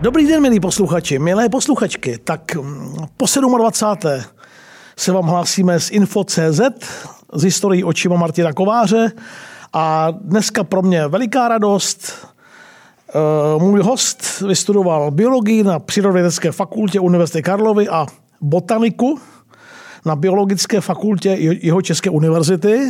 Dobrý den, milí posluchači, milé posluchačky. Tak po 27. se vám hlásíme z Info.cz, z historií očima Martina Kováře. A dneska pro mě veliká radost. Můj host vystudoval biologii na Přírodovědecké fakultě Univerzity Karlovy a botaniku na Biologické fakultě Jihočeské univerzity.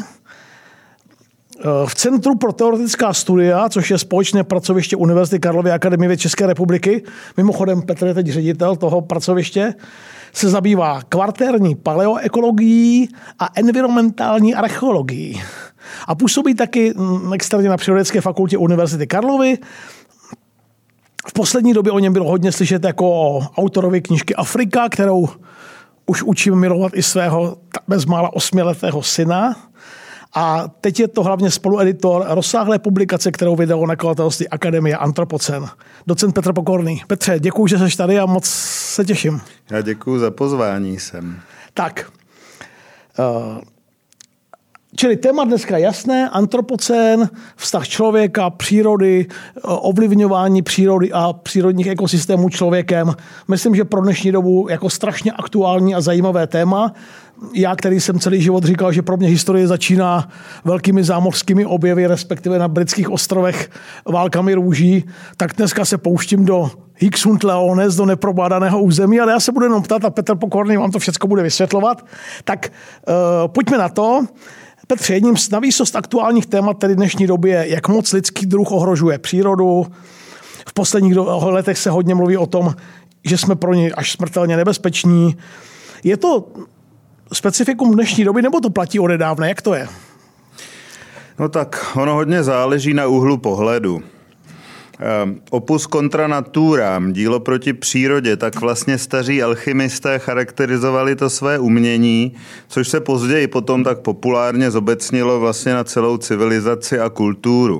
V Centru pro teoretická studia, což je společné pracoviště Univerzity Karlovy a Akademie věd České republiky, mimochodem Petr je teď ředitel toho pracoviště, se zabývá kvartérní paleoekologií a environmentální archeologií. A působí taky externě na Přírodovědecké fakultě Univerzity Karlovy. V poslední době o něm bylo hodně slyšet jako o autorovi knížky Afrika, kterou už učím milovat i svého bezmála 8letého syna. A teď je to hlavně spolueditor rozsáhlé publikace, kterou vydalo nakladatelství Akademie Antropocen. Docent Petr Pokorný. Petře, děkuji, že jsi tady a moc se těším. Já děkuji za pozvání sem. Tak, čili téma dneska jasné, antropocén, vztah člověka, přírody, ovlivňování přírody a přírodních ekosystémů člověkem. Myslím, že pro dnešní dobu jako strašně aktuální a zajímavé téma. Já, který jsem celý život říkal, že pro mě historie začíná velkými zámořskými objevy, respektive na britských ostrovech válkami růží, tak dneska se pouštím do Hic sunt Leones, do neprobádaného území, ale já se budu jenom ptát a Petr Pokorný vám to všechno bude vysvětlovat. Tak pojďme na to. Petře, jedním z navýsost aktuálních témat tedy dnešní doby je, jak moc lidský druh ohrožuje přírodu. V posledních letech se hodně mluví o tom, že jsme pro ně až smrtelně nebezpeční. Je to specifikum dnešní doby, nebo to platí odedávna? Jak to je? No tak, ono hodně záleží na úhlu pohledu. Opus contra naturam, dílo proti přírodě, tak vlastně staří alchymisté charakterizovali to své umění, což se později potom tak populárně zobecnilo vlastně na celou civilizaci a kulturu.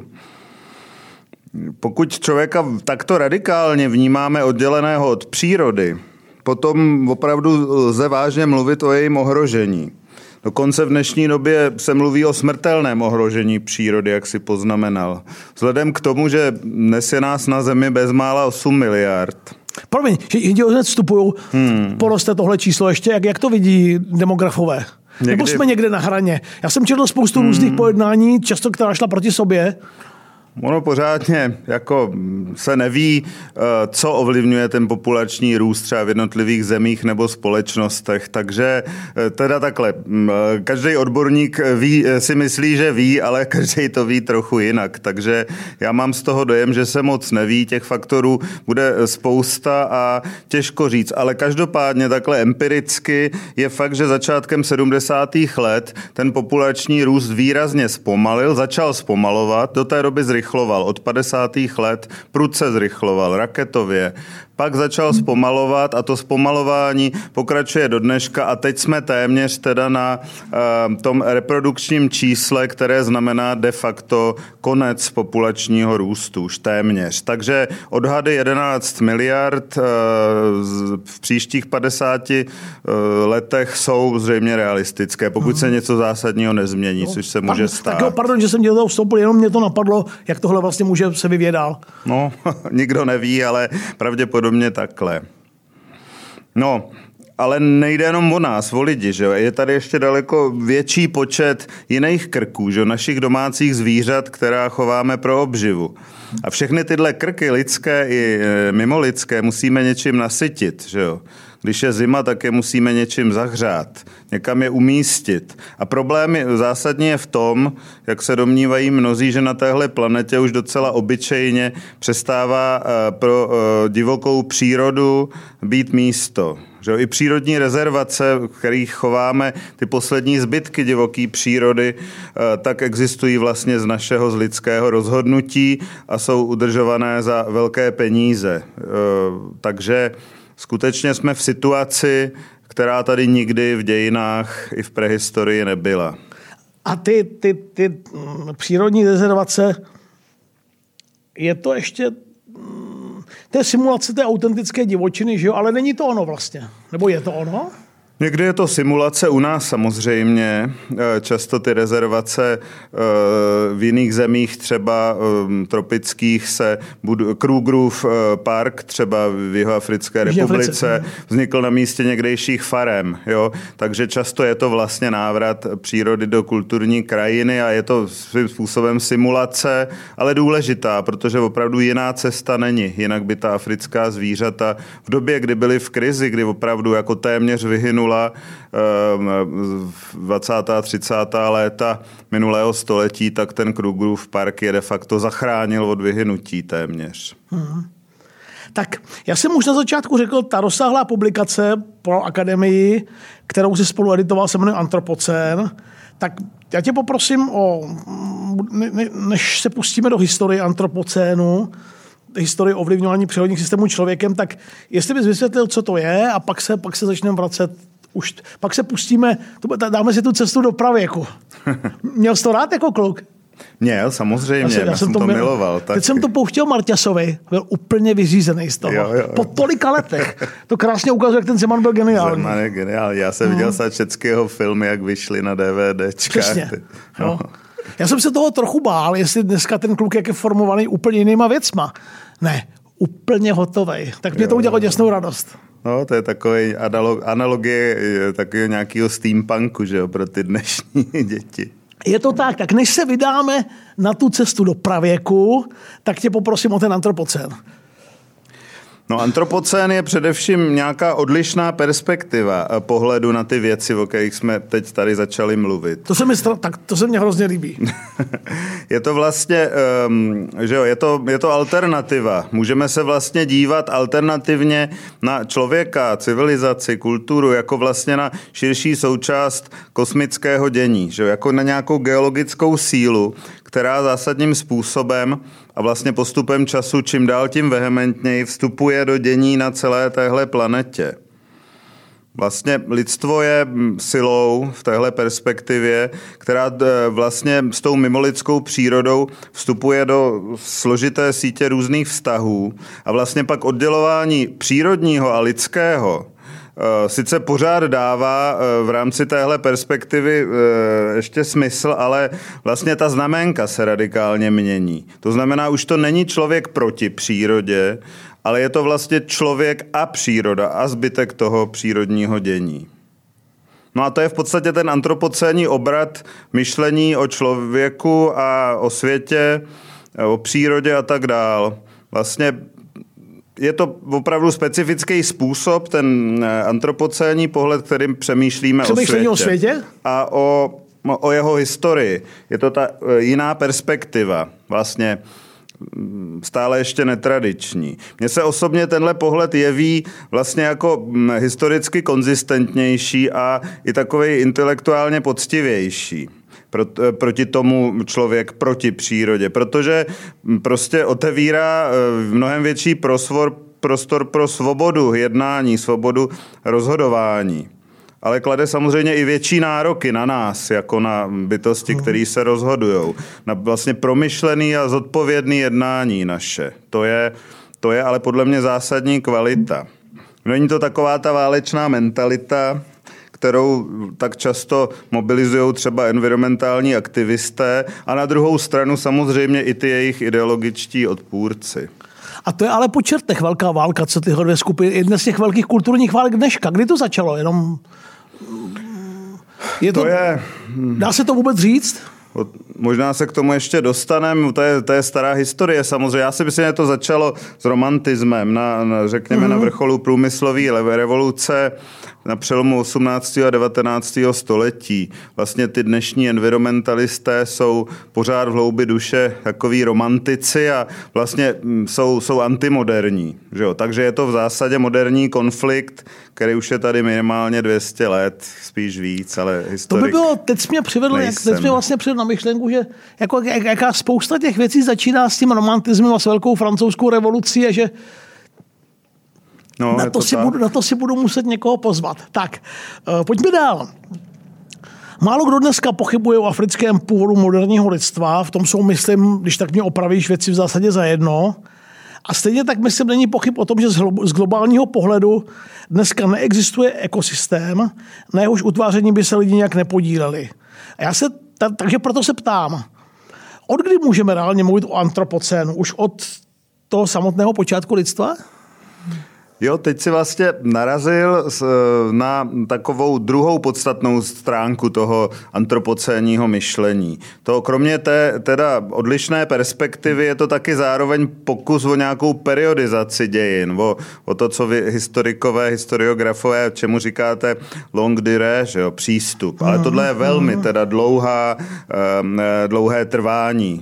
Pokud člověka takto radikálně vnímáme odděleného od přírody, potom opravdu lze vážně mluvit o jejím ohrožení. Dokonce v dnešní době se mluví o smrtelném ohrožení přírody, jak si poznamenal. Vzhledem k tomu, že dnes je nás na Zemi bezmála 8 miliard. Promiň, že hned vstupují, poroste tohle číslo ještě, jak to vidí demografové? Někdy... Nebo jsme někde na hraně? Já jsem četl spoustu různých pojednání, často která šla proti sobě. Ono pořádně jako se neví, co ovlivňuje ten populační růst třeba v jednotlivých zemích nebo společnostech, takže teda takhle, každý odborník si myslí, že ví, ale každý to ví trochu jinak, takže já mám z toho dojem, že se moc neví, těch faktorů bude spousta a těžko říct, ale každopádně takhle empiricky je fakt, že začátkem 70. let ten populační růst výrazně zpomalil, začal zpomalovat, do té doby zrychloval. Od 50. let prudce zrychloval raketově, pak začal zpomalovat a to zpomalování pokračuje do dneška a teď jsme téměř teda na tom reprodukčním čísle, které znamená de facto konec populačního růstu, už téměř. Takže odhady 11 miliard v příštích 50 letech jsou zřejmě realistické, pokud se něco zásadního nezmění, což se může stát. Tak jo, pardon, že jsem tě do toho vstoupil, jenom mě to napadlo, jak tohle vlastně může se vyvíjet dál. No, nikdo neví, ale pravděpodobně takhle. No, ale nejde jenom o nás, o lidi, že? Je tady ještě daleko větší počet jiných krků, že? Našich domácích zvířat, která chováme pro obživu. A všechny tyhle krky, lidské i mimolidské, musíme něčím nasytit, že jo? Když je zima, tak je musíme něčím zahřát, někam je umístit. A problém zásadně je v tom, jak se domnívají mnozí, že na téhle planetě už docela obyčejně přestává pro divokou přírodu být místo. Že i přírodní rezervace, v kterých chováme ty poslední zbytky divoké přírody, tak existují vlastně z našeho, z lidského rozhodnutí a jsou udržované za velké peníze. Takže skutečně jsme v situaci, která tady nikdy v dějinách i v prehistorii nebyla. A ty přírodní rezervace, je to ještě... To je simulace té autentické divočiny, že jo? Ale není to ono vlastně. Nebo je to ono? Někdy je to simulace u nás samozřejmě, často ty rezervace v jiných zemích, třeba tropických, Krugerův park, třeba v Jihoafrické republice, vznikl na místě někdejších farem. Jo? Takže často je to vlastně návrat přírody do kulturní krajiny a je to svým způsobem simulace, ale důležitá, protože opravdu jiná cesta není. Jinak by ta africká zvířata v době, kdy byly v krizi, kdy opravdu jako téměř vyhynula 20. a 30. léta minulého století, tak ten Krugerův park je de facto zachránil od vyhynutí téměř. Tak já jsem už na začátku řekl, ta rozsáhlá publikace pro akademii, kterou si spolu editoval, se jmenuje Antropocén. Tak já tě poprosím než se pustíme do historie antropocénu, historii ovlivňování přírodních systémů člověkem, tak jestli bys vysvětlil, co to je, a pak se začneme vracet, pak se pustíme, dáme si tu cestu do pravěku. Měl jsi to rád jako kluk? Měl, samozřejmě, já jsem to miloval. Teď jsem to pouštěl Marťasovi, byl úplně vyřízený z toho. Jo. Po tolika letech. To krásně ukazuje, jak ten Zeman byl geniální. Zeman je geniální. Já jsem viděl všechny filmy, jak vyšly na DVDčkách. Přesně. No. Já jsem se toho trochu bál, jestli dneska ten kluk jak je formovaný úplně jinýma věcma. Ne, úplně hotovej. Tak mě to udělalo děsnou radost. No, to je takový analogie takového nějakého steampunku, že jo, pro ty dnešní děti. Je to tak než se vydáme na tu cestu do pravěku, tak tě poprosím o ten antropocén. No, antropocén je především nějaká odlišná perspektiva pohledu na ty věci, o kterých jsme teď tady začali mluvit. To se mně hrozně líbí. Je to vlastně, že jo, je to alternativa. Můžeme se vlastně dívat alternativně na člověka, civilizaci, kulturu, jako vlastně na širší součást kosmického dění, že jo, jako na nějakou geologickou sílu, která zásadním způsobem a vlastně postupem času čím dál tím vehementněji vstupuje do dění na celé téhle planetě. Vlastně lidstvo je silou v téhle perspektivě, která vlastně s tou mimolidskou přírodou vstupuje do složité sítě různých vztahů a vlastně pak oddělování přírodního a lidského sice pořád dává v rámci téhle perspektivy ještě smysl, ale vlastně ta znaménka se radikálně mění. To znamená, už to není člověk proti přírodě, ale je to vlastně člověk a příroda a zbytek toho přírodního dění. No a to je v podstatě ten antropocénní obrat myšlení o člověku a o světě, o přírodě a tak dál. Vlastně je to opravdu specifický způsob, ten antropocénní pohled, kterým přemýšlíme o světě a o jeho historii. Je to ta jiná perspektiva, vlastně stále ještě netradiční. Mně se osobně tenhle pohled jeví vlastně jako historicky konzistentnější a i takový intelektuálně poctivější proti tomu člověk, proti přírodě, protože prostě otevírá mnohem větší prostor pro svobodu jednání, svobodu rozhodování. Ale klade samozřejmě i větší nároky na nás, jako na bytosti, které se rozhodujou. Na vlastně promyšlený a zodpovědný jednání naše. To je ale podle mě zásadní kvalita. Není to taková ta válečná mentalita, kterou tak často mobilizují třeba environmentální aktivisté a na druhou stranu samozřejmě i ty jejich ideologičtí odpůrci. A to je ale po čertech velká válka, co tyhle dvě skupiny. Jedna z těch velkých kulturních válek dneška. Kdy to začalo? Dá se to vůbec říct? Možná se k tomu ještě dostaneme, to je stará historie samozřejmě. Já si myslím, že to začalo s romantismem, řekněme na vrcholu průmyslové revoluce, na přelomu 18. a 19. století. Vlastně ty dnešní environmentalisté jsou pořád v hloubi duše takový romantici a vlastně jsou antimoderní. Že jo? Takže je to v zásadě moderní konflikt, který už je tady minimálně 200 let, spíš víc, ale historik. To by bylo, teď jsi mě přivedl na myšlenku, že jaká spousta těch věcí začíná s tím romantismem a s velkou francouzskou revolucí a že na to si budu muset někoho pozvat. Tak, pojďme dál. Málo kdo dneska pochybuje o africkém původu moderního lidstva. V tom jsou, myslím, když tak mě opravíš, věci v zásadě zajedno. A stejně tak myslím, není pochyb o tom, že z globálního pohledu dneska neexistuje ekosystém, na jehož utváření by se lidi nějak nepodíleli. A takže proto se ptám, od kdy můžeme reálně mluvit o antropocénu? Už od toho samotného počátku lidstva? Jo, teď si vlastně narazil na takovou druhou podstatnou stránku toho antropocénního myšlení. To kromě té teda odlišné perspektivy je to taky zároveň pokus o nějakou periodizaci dějin, o to, co vy historiografové, čemu říkáte longue durée, že jo, přístup. Ale tohle je velmi teda dlouhé trvání,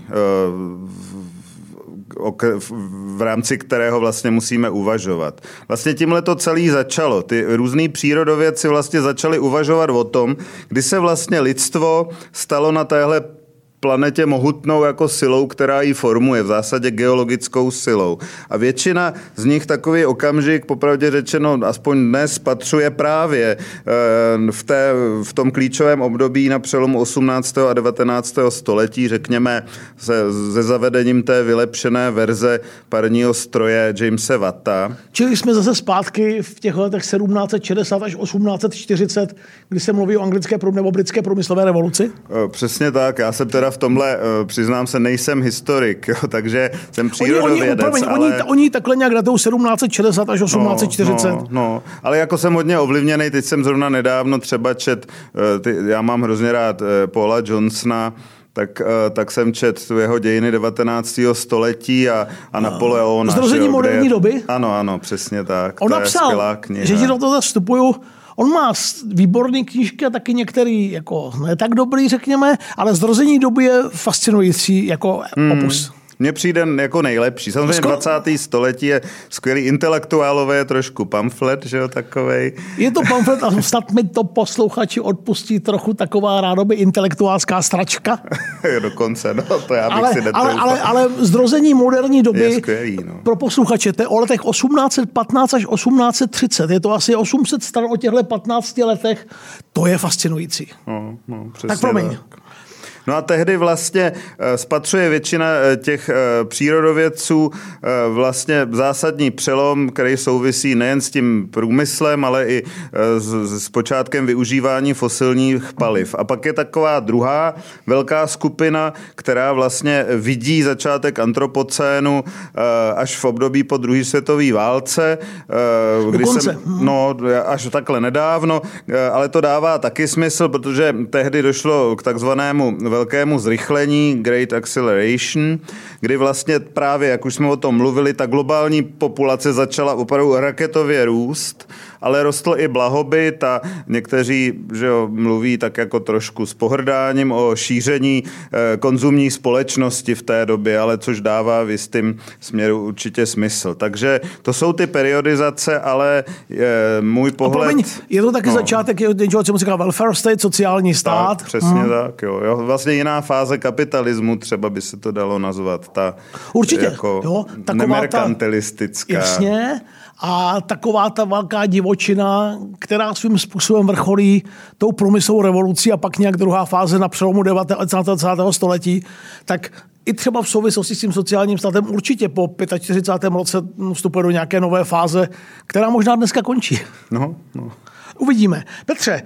v rámci kterého vlastně musíme uvažovat. Vlastně tímhle to celé začalo. Ty různý přírodovědci vlastně začali uvažovat o tom, kdy se vlastně lidstvo stalo na téhle planetě mohutnou jako silou, která ji formuje, v zásadě geologickou silou. A většina z nich takový okamžik, popravdě řečeno, aspoň dnes spatřuje právě v tom klíčovém období na přelomu 18. a 19. století, řekněme, se zavedením té vylepšené verze parního stroje Jamese Watta. Čili jsme zase zpátky v těch letech 1760 až 1840, kdy se mluví o anglické nebo britské průmyslové revoluci? Přesně tak. Já jsem teda v tomhle, přiznám se, nejsem historik, jo, takže jsem přírodovědec. Oni takhle nějak datou 1760 až 1840. No, ale jako jsem hodně ovlivněný, teď jsem zrovna nedávno třeba já mám hrozně rád Paula Johnsona, tak jsem četl jeho dějiny 19. století a Napoleona. Zrození moderní doby? Ano, přesně tak. On napsal, že ti do toho zastupuju. On má výborný knížky a taky některý jako ne tak dobrý, řekněme, ale Zrození doby je fascinující jako opus. Mně přijde jako nejlepší. Samozřejmě 20. století je skvělý, intelektuálové, trošku pamflet, že jo, takovej. Je to pamflet a snad mi to posluchači odpustí trochu taková rádoby intelektuálská stračka. Dokonce, no, to já bych si netroufal. Ale Zrození moderní doby je skvělý, no. Pro posluchače, to je o letech 1815 až 1830. Je to asi 800 stran o těchto 15 letech. To je fascinující. No, přesně tak promiň. Tak. No a tehdy vlastně spatřuje většina těch přírodovědců vlastně zásadní přelom, který souvisí nejen s tím průmyslem, ale i s počátkem využívání fosilních paliv. A pak je taková druhá velká skupina, která vlastně vidí začátek antropocénu až v období po druhé světové válce, až takhle nedávno, ale to dává taky smysl, protože tehdy došlo k takzvanému velkému zrychlení, Great Acceleration, kdy vlastně právě, jak už jsme o tom mluvili, ta globální populace začala opravdu raketově růst, ale rostl i blahobyt a někteří, že jo, mluví tak jako trošku s pohrdáním o šíření konzumní společnosti v té době, ale což dává v jistým směru určitě smysl. Takže to jsou ty periodizace, ale můj pohled... je to taky začátek něčeho, co mu říká welfare state, sociální stát. Tak, přesně tak, jo. Vlastně jiná fáze kapitalismu třeba by se to dalo nazvat. Ta určitě, jako jo, nemerkantilistická. Jasně. A taková ta velká divočina, která svým způsobem vrcholí tou průmyslovou revolucí a pak nějak druhá fáze na přelomu 19. a 20. století, tak i třeba v souvislosti s tím sociálním státem určitě po 45. roce vstupuje do nějaké nové fáze, která možná dneska končí. No. Uvidíme. Petře,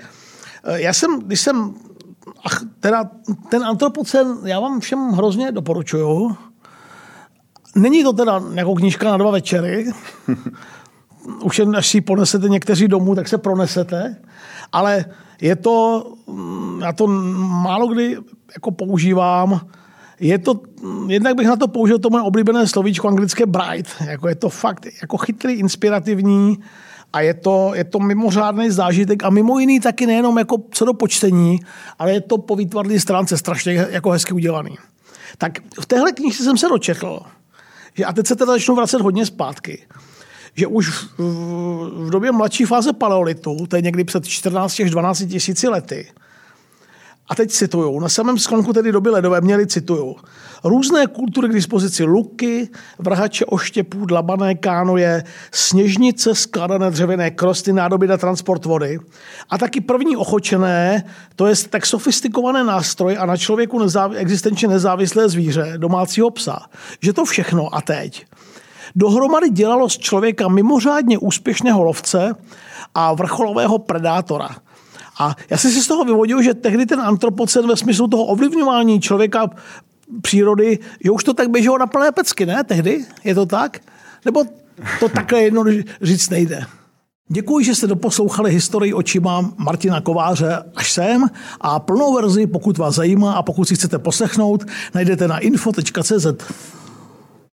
ten antropocén já vám všem hrozně doporučuju. Není to teda jako knížka na 2 večery, už jen až si ji ponesete někteří domů, tak se pronesete, ale je to, já to málo kdy jako používám, jednak bych na to použil to moje oblíbené slovíčko anglické bright, jako je to fakt jako chytrý, inspirativní a je to mimořádný zážitek a mimo jiný taky nejenom jako co do počtení, ale je to po výtvarné stránce strašně jako hezky udělaný. Tak v téhle knížce jsem se dočetl, že, a teď se teda začnu vracet hodně zpátky, že už v době mladší fáze paleolitu, to je někdy před 14 až 12 tisíci lety, a teď cituju, na samém sklonku tedy doby ledové měli, cituju, různé kultury k dispozici luky, vrhače oštěpů, dlabané kánoje, sněžnice, skladané dřevěné krosty, nádoby na transport vody a taky první ochočené, to je tak sofistikované nástroje a na člověku existenčně nezávislé zvíře, domácího psa. Že to všechno a teď. dohromady dělalo z člověka mimořádně úspěšného lovce a vrcholového predátora. A já jsem si z toho vyvodil, že tehdy ten antropocen ve smyslu toho ovlivňování člověka přírody, že už to tak běželo na plné pecky, ne? Tehdy? Je to tak? Nebo to takhle jedno říct nejde? Děkuji, že jste doposlouchali historii očima Martina Kováře až sem a plnou verzi, pokud vás zajímá a pokud si chcete poslechnout, najdete na info.cz.